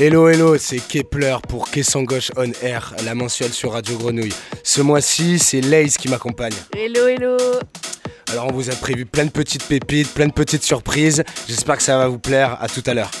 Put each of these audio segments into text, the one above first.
Hello hello, c'est Kepler pour Kessangoche On Air, la mensuelle sur Radio Grenouille. Ce mois-ci, c'est Laze qui m'accompagne. Hello hello. Alors on vous a prévu plein de petites pépites, plein de petites surprises. J'espère que ça va vous plaire. À tout à l'heure.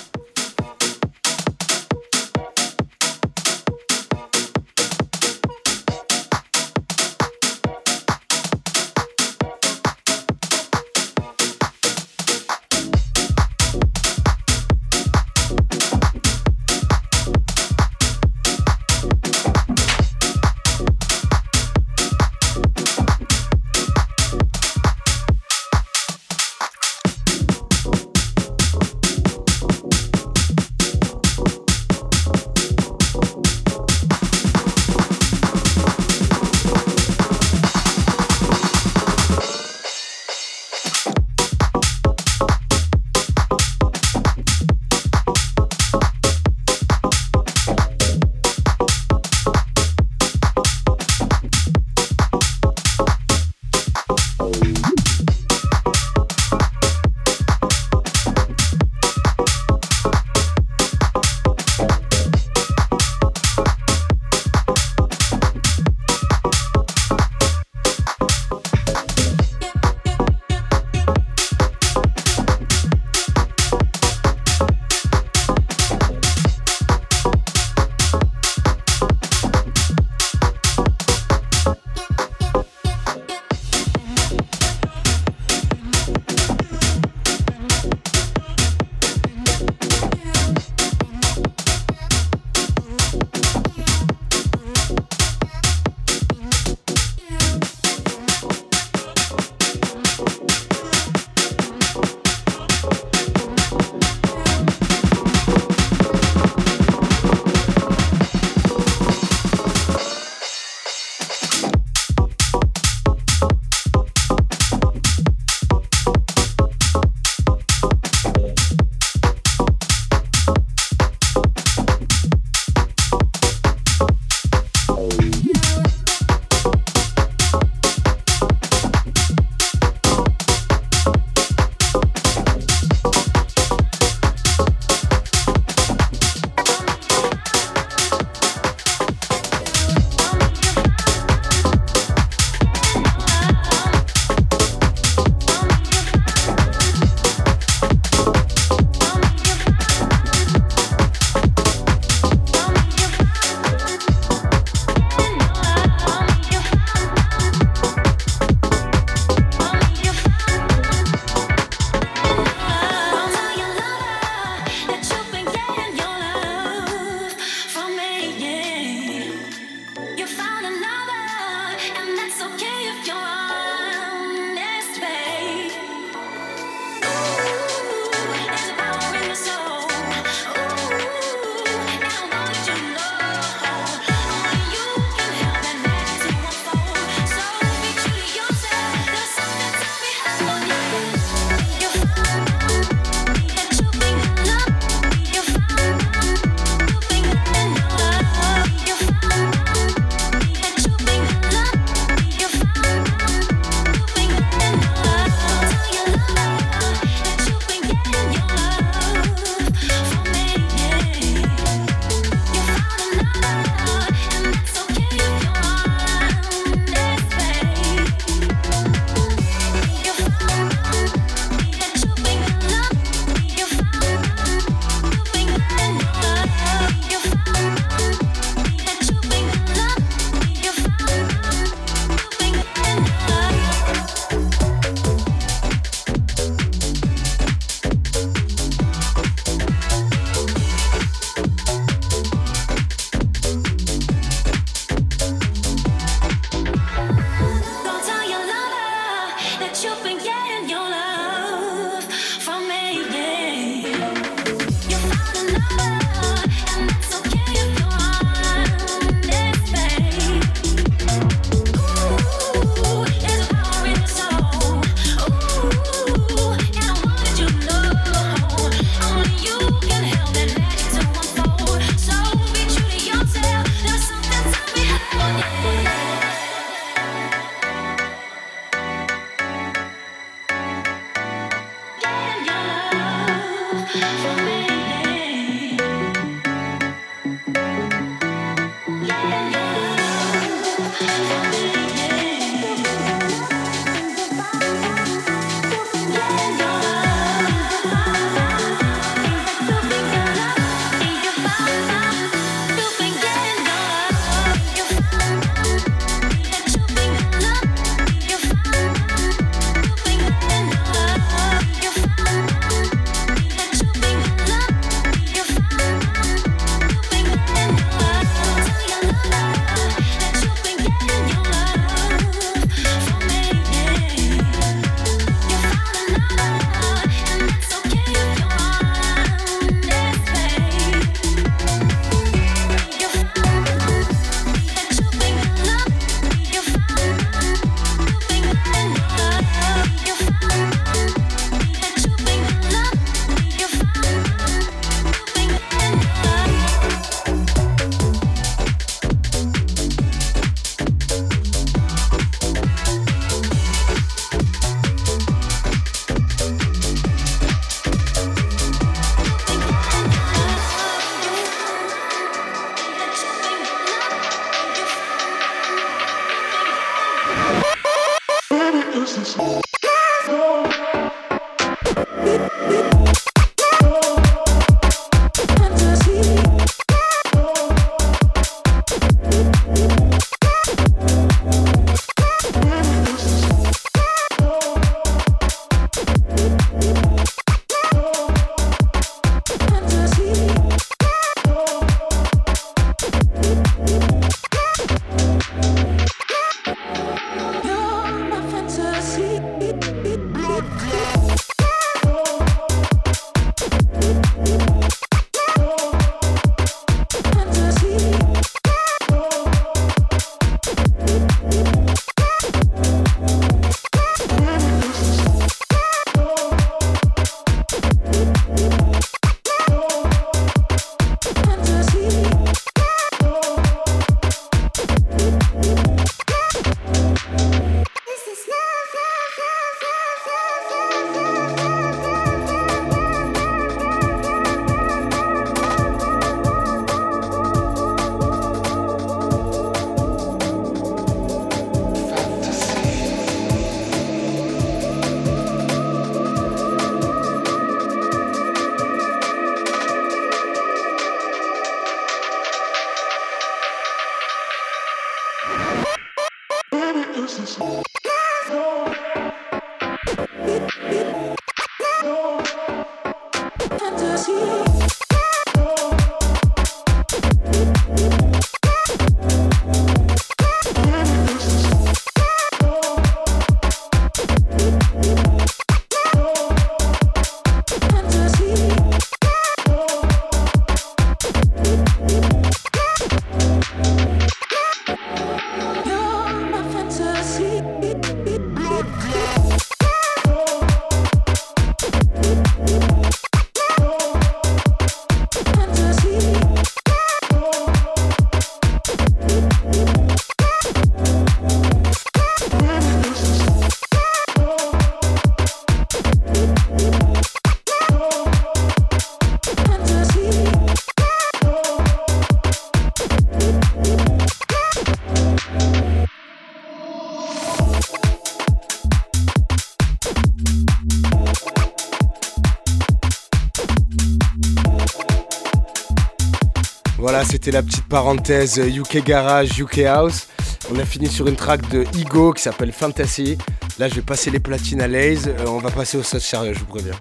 Voilà, c'était la petite parenthèse UK Garage, UK House. On a fini sur une track de Ego qui s'appelle Fantasy. Là, je vais passer les platines à Laze. On va passer au sauce sérieux, je vous préviens.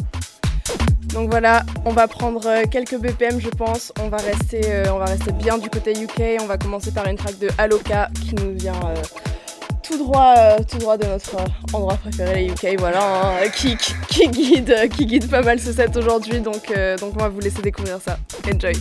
Donc voilà, on va prendre quelques BPM, je pense. On va rester bien du côté UK. On va commencer par une track de Aloka qui nous vient tout droit de notre endroit préféré, les UK. Voilà, hein, qui guide pas mal ce set aujourd'hui. Donc on va vous laisser découvrir ça. Enjoy.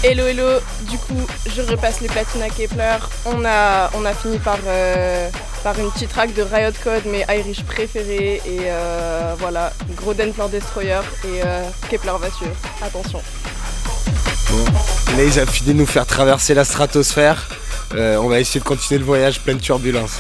Hello hello, du coup je repasse les platines à Kepler. On a fini par une petite track de Riot Code, mes Irish préférés, et voilà, gros Denfler Destroyer, et Kepler va suivre, attention. Bon, là ils ont fini de nous faire traverser la stratosphère, on va essayer de continuer le voyage plein de turbulences.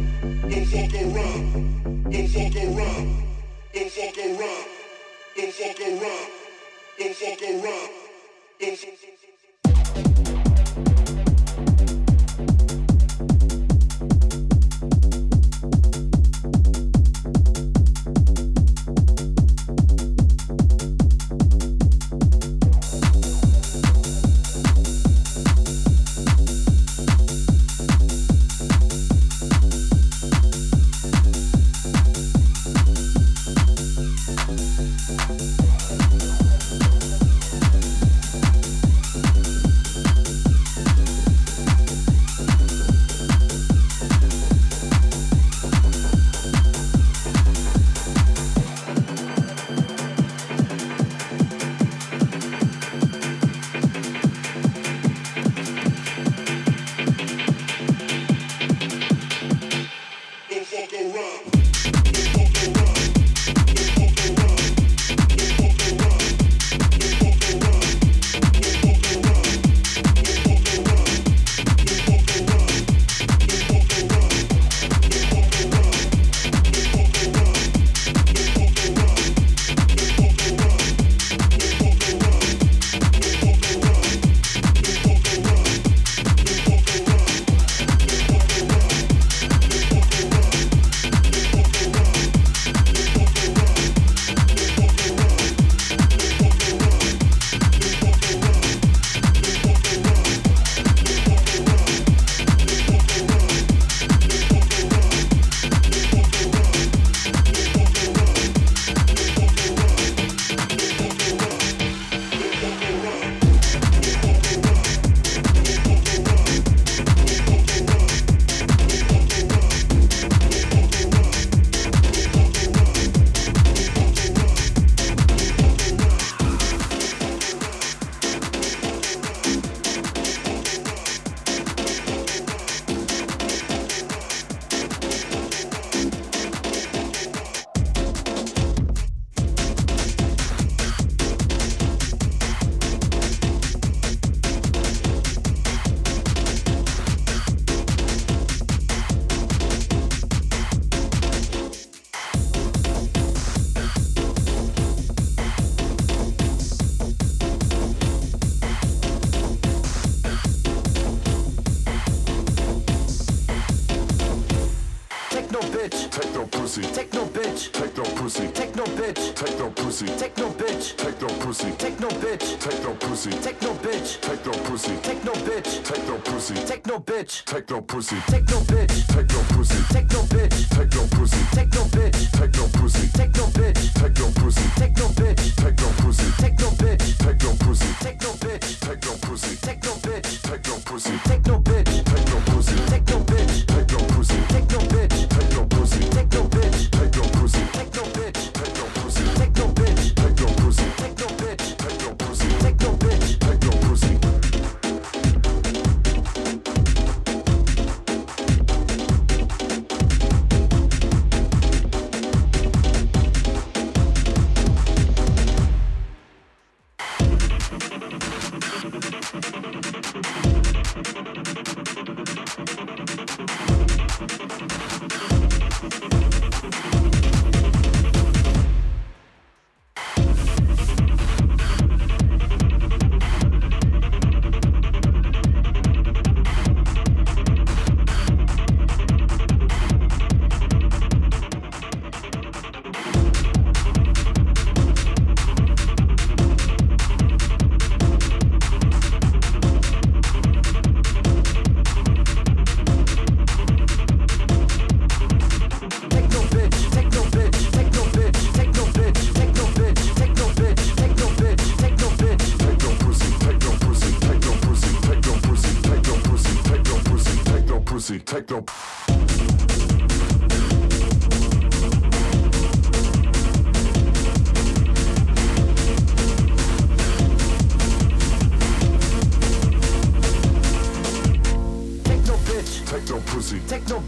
Take no bitch.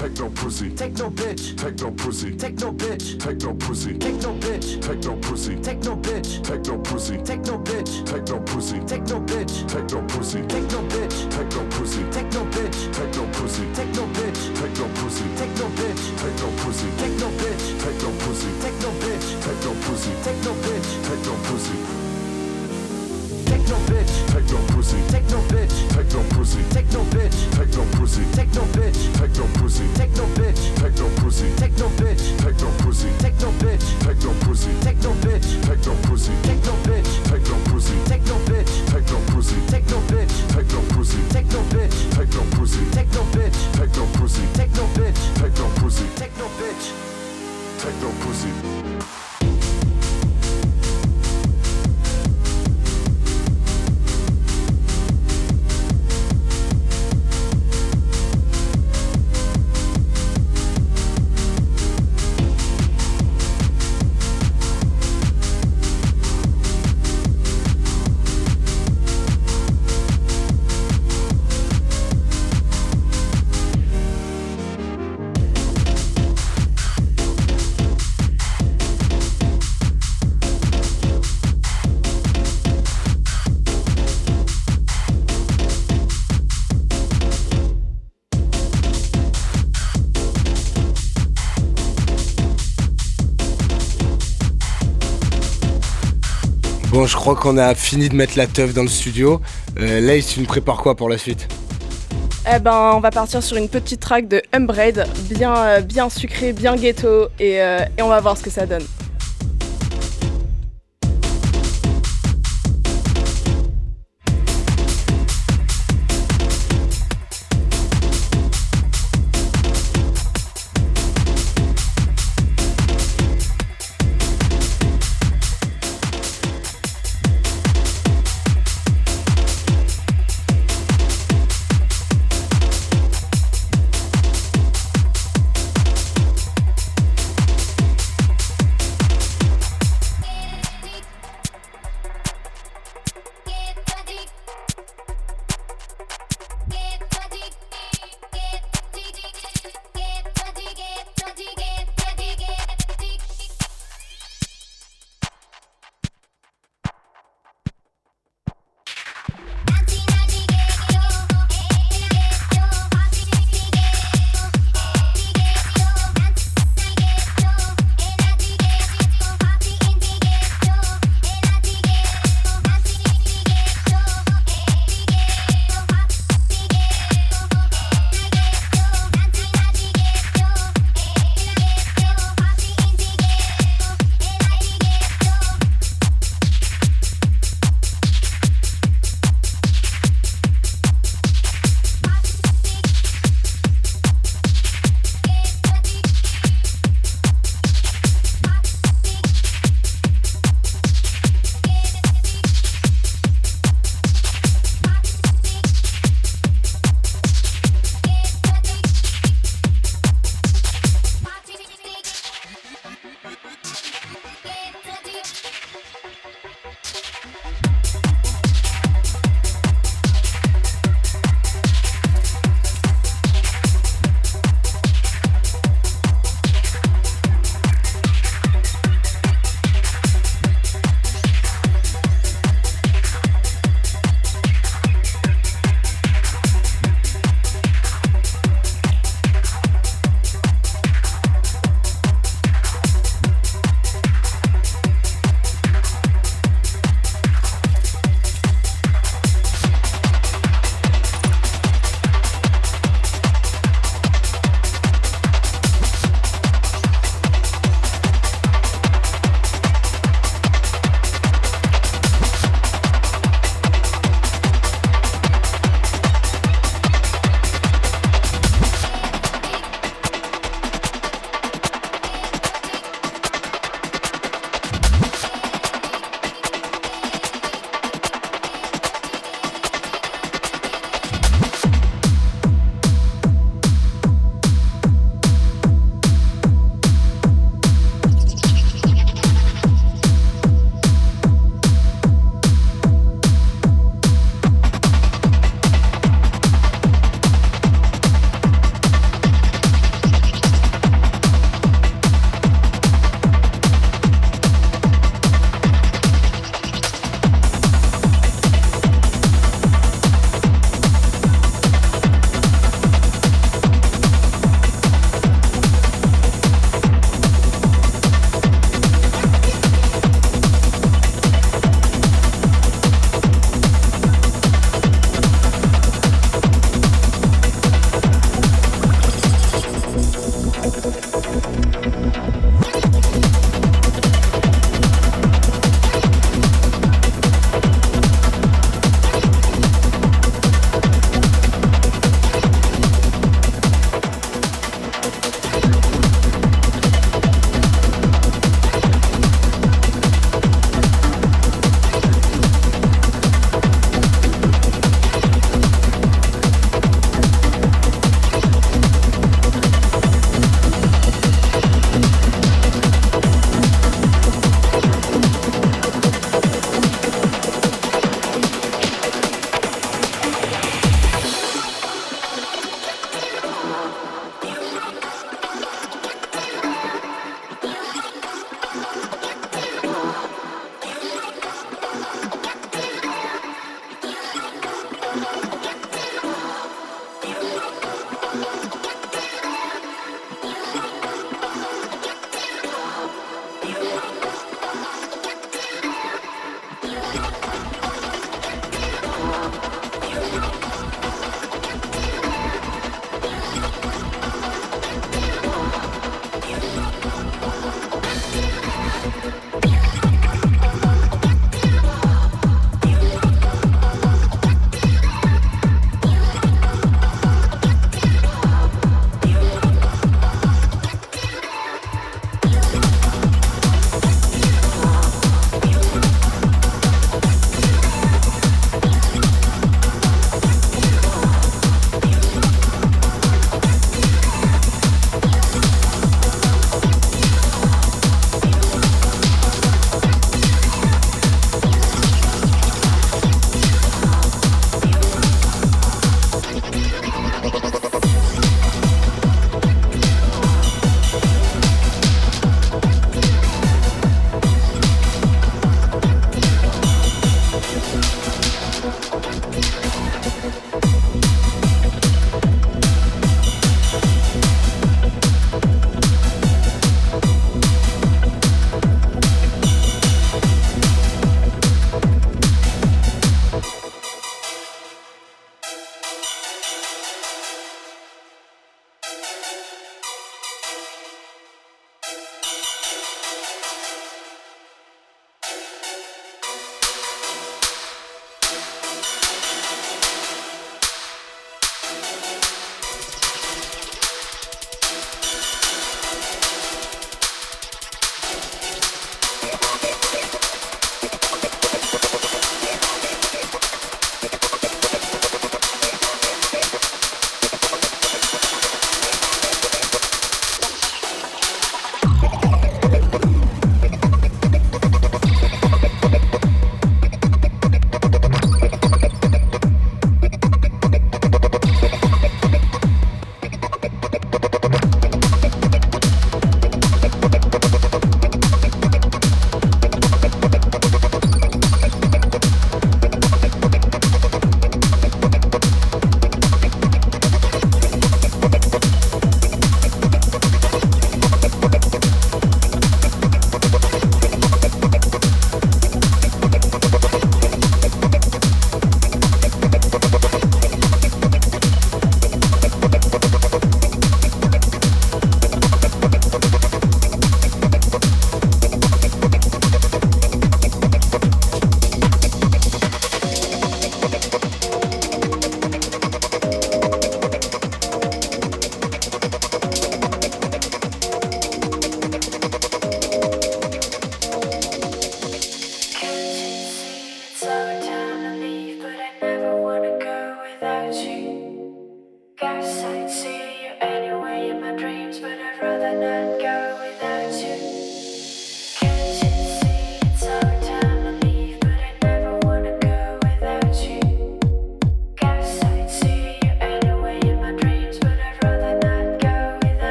take no pussy, take no bitch, take no pussy, take no bitch, take no pussy, take no bitch, take no pussy, take no bitch, take no pussy, take no bitch, take no pussy, take no bitch, take no pussy, take no bitch, take no pussy, take no bitch, take no pussy, take no bitch, take no pussy, take no bitch, take no pussy, take no bitch, take no pussy, take no bitch, take no pussy, take no bitch, take no pussy. Take no bitch, take no pussy, take no bitch, take no pussy, take no bitch, take no pussy, take no bitch, take no pussy, take no bitch, take no pussy, take no bitch, take no pussy, take no bitch, take no pussy, take no bitch, take no pussy, take no bitch, take no pussy, take no bitch, take no pussy, take no bitch, take no pussy, take no bitch, take no pussy, take no bitch, take no pussy, take no bitch, take no pussy, take no bitch, take no pussy. Bon, je crois qu'on a fini de mettre la teuf dans le studio. Lace, tu nous prépares quoi pour la suite? Eh ben, on va partir sur une petite track de Umbraid, bien sucré, bien ghetto, et on va voir ce que ça donne.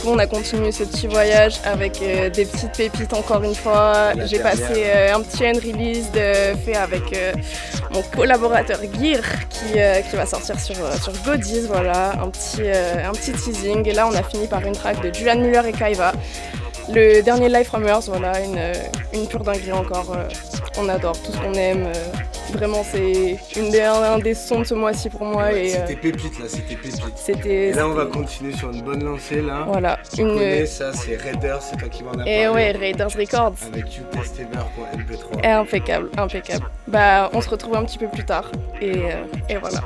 coup, on a continué ce petit voyage avec des petites pépites encore une fois. J'ai passé un petit release fait avec mon collaborateur Gear qui va sortir sur Godiz, voilà, un petit teasing. Et là, on a fini par une track de Julian Muller et Kaiva. Le dernier Live from Earth, voilà, une pure dinguerie encore. On adore tout ce qu'on aime. Vraiment, c'est un des sons de ce mois-ci pour moi. Ouais, c'était pépite là, c'était pépite. Et là, on va continuer sur une bonne lancée là. Voilà. Tu connais ça, c'est Raiders, c'est toi qui m'en as parlé. Et ouais, Raiders Records. Avec youtestever.mp3. Et impeccable. Bah, on se retrouve un petit peu plus tard. Et voilà.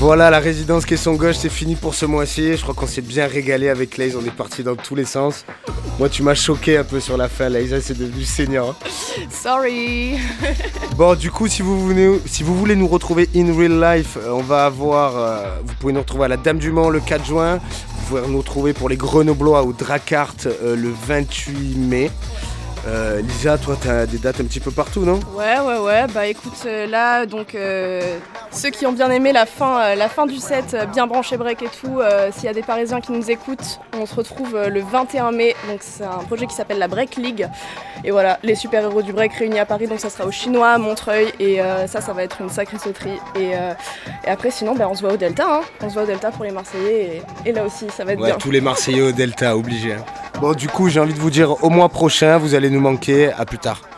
Voilà, la résidence Caisson Gauche, c'est fini pour ce mois-ci. Je crois qu'on s'est bien régalé avec Laze, on est parti dans tous les sens. Moi, tu m'as choqué un peu sur la fin, Laze, c'est devenu saignant. Sorry. Bon, du coup, si vous voulez nous retrouver in real life, on va avoir... vous pouvez nous retrouver à la Dame du Mans le 4 juin. Vous pouvez nous retrouver pour les Grenoblois au Dracart le 28 mai. Lisa, toi, t'as des dates un petit peu partout, non ? Ouais. Bah écoute, là, donc, ceux qui ont bien aimé la fin du set, bien branché break et tout, s'il y a des Parisiens qui nous écoutent, on se retrouve le 21 mai. Donc c'est un projet qui s'appelle la Break League. Et voilà, les super-héros du break réunis à Paris. Donc ça sera au Chinois, à Montreuil. Et ça va être une sacrée sauterie. Et après, sinon, on se voit au Delta. Hein. On se voit au Delta pour les Marseillais. Et là aussi, ça va être bien. Tous les Marseillais au Delta, obligé. Hein. Bon, du coup, j'ai envie de vous dire au mois prochain, vous allez nous manquer. À plus tard.